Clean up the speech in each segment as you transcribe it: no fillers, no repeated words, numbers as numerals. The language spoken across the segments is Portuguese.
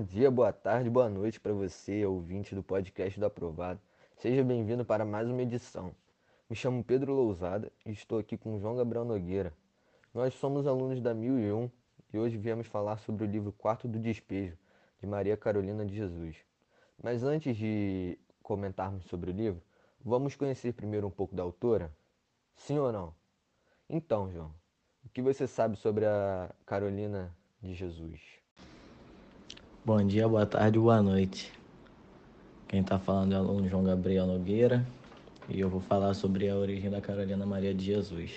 dia, boa tarde, boa noite para você, ouvinte do podcast do Aprovado. Seja bem-vindo para mais uma edição. Me chamo Pedro Lousada e estou aqui com João Gabriel Nogueira. Nós somos alunos da 1001 e hoje viemos falar sobre o livro Quarto do Despejo, de Maria Carolina de Jesus. Mas antes de comentarmos sobre o livro, vamos conhecer primeiro um pouco da autora? Sim ou não? Então, João, o que você sabe sobre a Carolina de Jesus? Bom dia, boa tarde, boa noite. Quem está falando é o aluno João Gabriel Nogueira e eu vou falar sobre a origem da Carolina Maria de Jesus.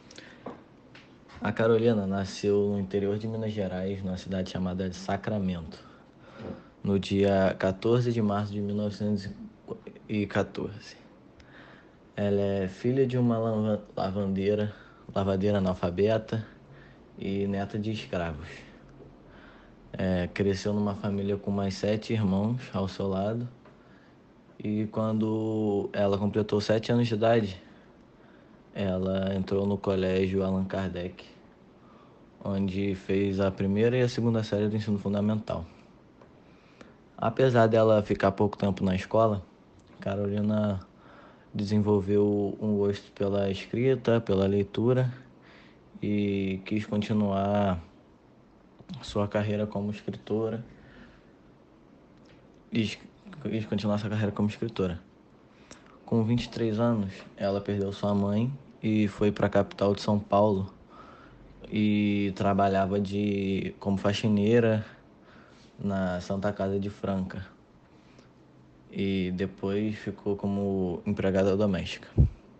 A Carolina nasceu no interior de Minas Gerais, numa cidade chamada de Sacramento, no dia 14 de março de 1914. Ela é filha de uma lavadeira analfabeta e neta de escravos. Cresceu numa família com mais 7 irmãos ao seu lado. E quando ela completou 7 anos de idade, ela entrou no colégio Allan Kardec, onde fez a primeira e a segunda série do ensino fundamental. Apesar dela ficar pouco tempo na escola, Carolina desenvolveu um gosto pela escrita, pela leitura e quis continuar sua carreira como escritora. Quis continuar sua carreira como escritora. Com 23 anos, ela perdeu sua mãe e foi para a capital de São Paulo e trabalhava como faxineira na Santa Casa de Franca e depois ficou como empregada doméstica.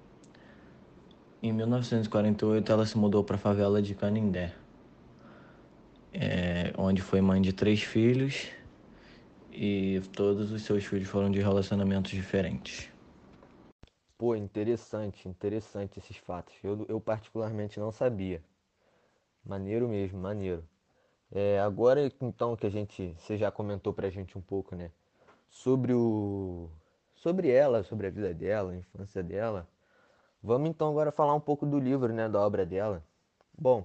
Em 1948, ela se mudou para a favela de Canindé, onde foi mãe de 3 filhos e todos os seus filhos foram de relacionamentos diferentes. Pô, interessante esses fatos. Eu particularmente não sabia. Maneiro mesmo, maneiro. Agora então que você já comentou pra gente um pouco, né, sobre sobre ela, sobre a vida dela, a infância dela. Vamos então agora falar um pouco do livro, né, da obra dela. Bom,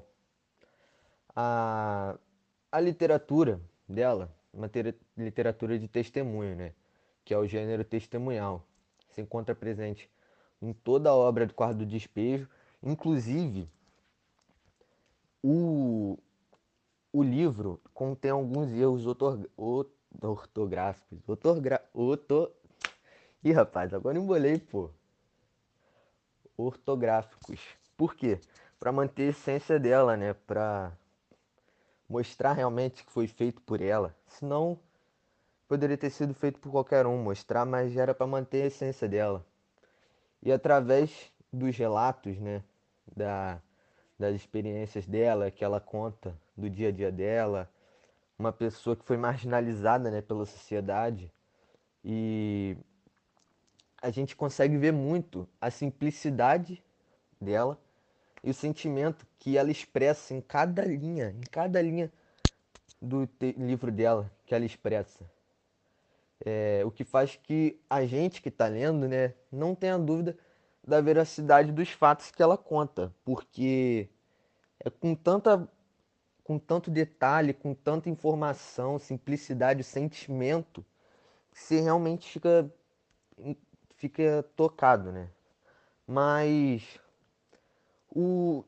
a, a literatura dela, literatura de testemunho, né, que é o gênero testemunhal, se encontra presente em toda a obra do Quarto do Despejo, inclusive o, o livro contém alguns erros ortográficos. Ih, rapaz, agora embolei, pô. Ortográficos. Por quê? Para manter a essência dela, né? Para mostrar realmente que foi feito por ela. Senão, poderia ter sido feito por qualquer um. Mostrar, mas era para manter a essência dela. E através dos relatos, né? Da, das experiências dela, que ela conta do dia a dia dela, uma pessoa que foi marginalizada, né, pela sociedade, e a gente consegue ver muito a simplicidade dela e o sentimento que ela expressa em cada linha do livro dela que ela expressa. O que faz que a gente que está lendo, né, não tenha dúvida da veracidade dos fatos que ela conta, porque é com tanto detalhe, com tanta informação, simplicidade, sentimento, que você realmente fica tocado, né? Mas o.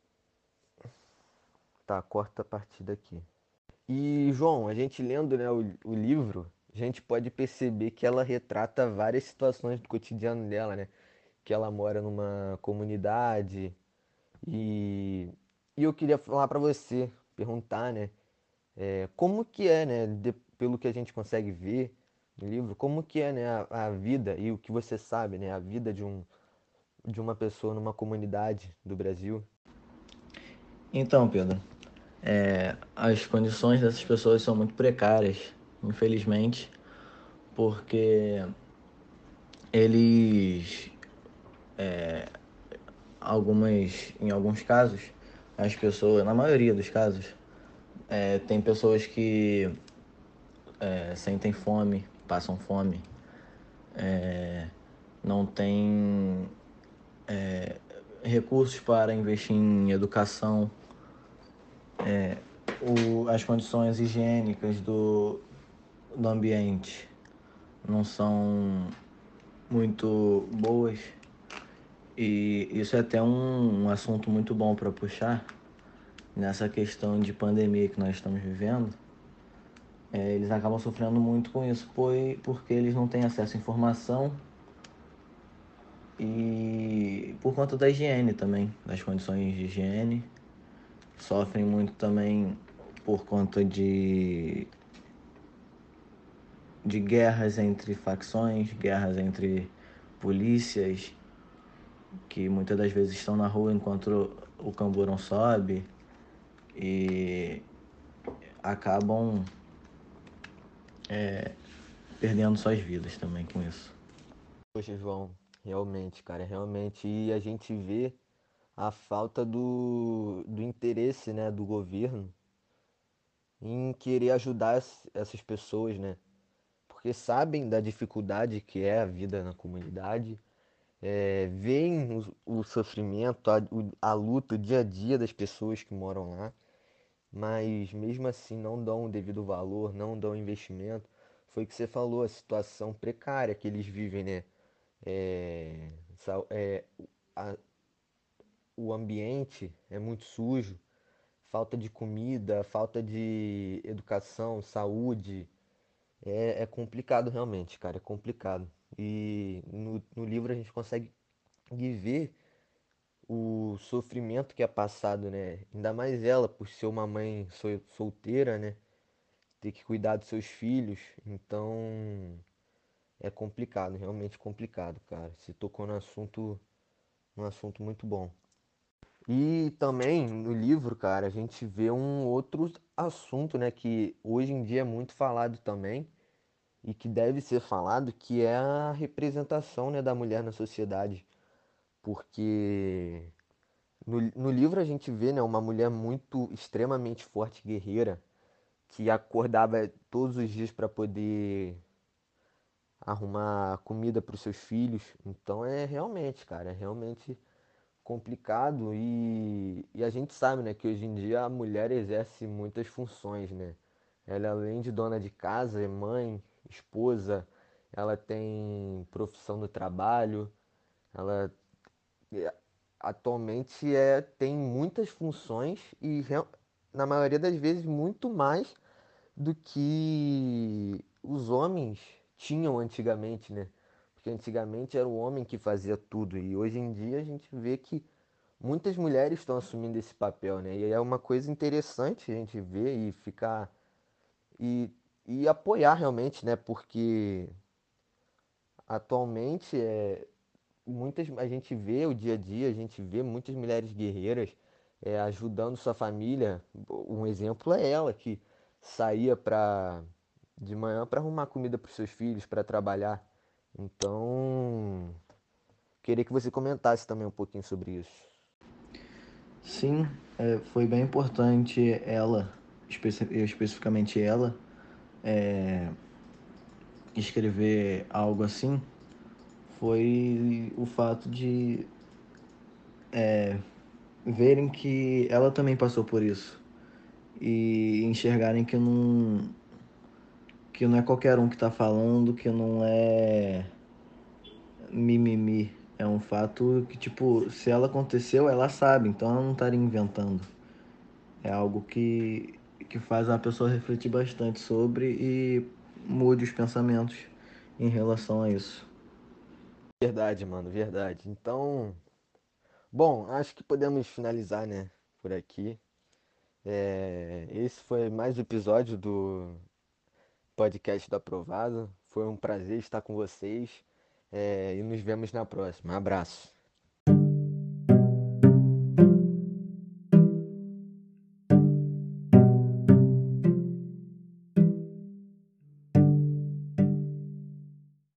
Tá, corta a partir daqui. E, João, a gente lendo, né, o livro, a gente pode perceber que ela retrata várias situações do cotidiano dela, né? Que ela mora numa comunidade e, e eu queria falar pra você, perguntar, né? Como que é, né? Pelo que a gente consegue ver no livro, como que é, né, a vida e o que você sabe, né? A vida de uma pessoa numa comunidade do Brasil. Então, Pedro, as condições dessas pessoas são muito precárias, infelizmente, porque eles, em alguns casos, as pessoas, na maioria dos casos, tem pessoas que sentem fome, passam fome, não têm recursos para investir em educação, as condições higiênicas do ambiente não são muito boas, e isso é até um assunto muito bom para puxar nessa questão de pandemia que nós estamos vivendo. Eles acabam sofrendo muito com isso, porque eles não têm acesso à informação e por conta da higiene também, das condições de higiene. Sofrem muito também por conta de guerras entre facções, guerras entre polícias, que muitas das vezes estão na rua enquanto o camburão sobe e acabam perdendo suas vidas também com isso. Poxa, João, realmente, cara, realmente. E a gente vê a falta do interesse, né, do governo em querer ajudar essas pessoas, né? Porque sabem da dificuldade que é a vida na comunidade, veem o sofrimento, a luta, o dia a dia das pessoas que moram lá, mas mesmo assim não dão o devido valor, não dão investimento. Foi o que você falou, a situação precária que eles vivem, né? É, a- o ambiente é muito sujo, falta de comida, falta de educação, saúde. É complicado realmente, cara, é complicado. E no livro a gente consegue ver o sofrimento que é passado, né? Ainda mais ela, por ser uma mãe solteira, né? Ter que cuidar dos seus filhos. Então é complicado, realmente complicado, cara. Você tocou no assunto, num assunto muito bom. E também no livro, cara, a gente vê um outro assunto, né, que hoje em dia é muito falado também e que deve ser falado, que é a representação, né, da mulher na sociedade. Porque no livro a gente vê, né, uma mulher muito extremamente forte, guerreira, que acordava todos os dias para poder arrumar comida para os seus filhos. Então é realmente, cara, é realmente complicado e a gente sabe, né, que hoje em dia a mulher exerce muitas funções, né? Ela além de dona de casa, é mãe, esposa, ela tem profissão no trabalho, ela é, atualmente tem muitas funções e na maioria das vezes muito mais do que os homens tinham antigamente, né? Porque antigamente era o homem que fazia tudo e hoje em dia a gente vê que muitas mulheres estão assumindo esse papel, né? E é uma coisa interessante a gente ver e ficar e, e apoiar realmente, né? Porque atualmente muitas a gente vê o dia a dia, a gente vê muitas mulheres guerreiras ajudando sua família. Um exemplo é ela que saía de manhã para arrumar comida para os seus filhos, para trabalhar. Então, queria que você comentasse também um pouquinho sobre isso. Sim, foi bem importante ela, especificamente ela, escrever algo assim. Foi o fato de verem que ela também passou por isso e enxergarem que não é qualquer um que tá falando, que não é mimimi. É um fato que, tipo, se ela aconteceu, ela sabe, então ela não estaria inventando. É algo que faz a pessoa refletir bastante sobre e mude os pensamentos em relação a isso. Verdade, mano, verdade. Então, bom, acho que podemos finalizar, né, por aqui. Esse foi mais um episódio do podcast do Aprovado. Foi um prazer estar com vocês, e nos vemos na próxima. Abraço.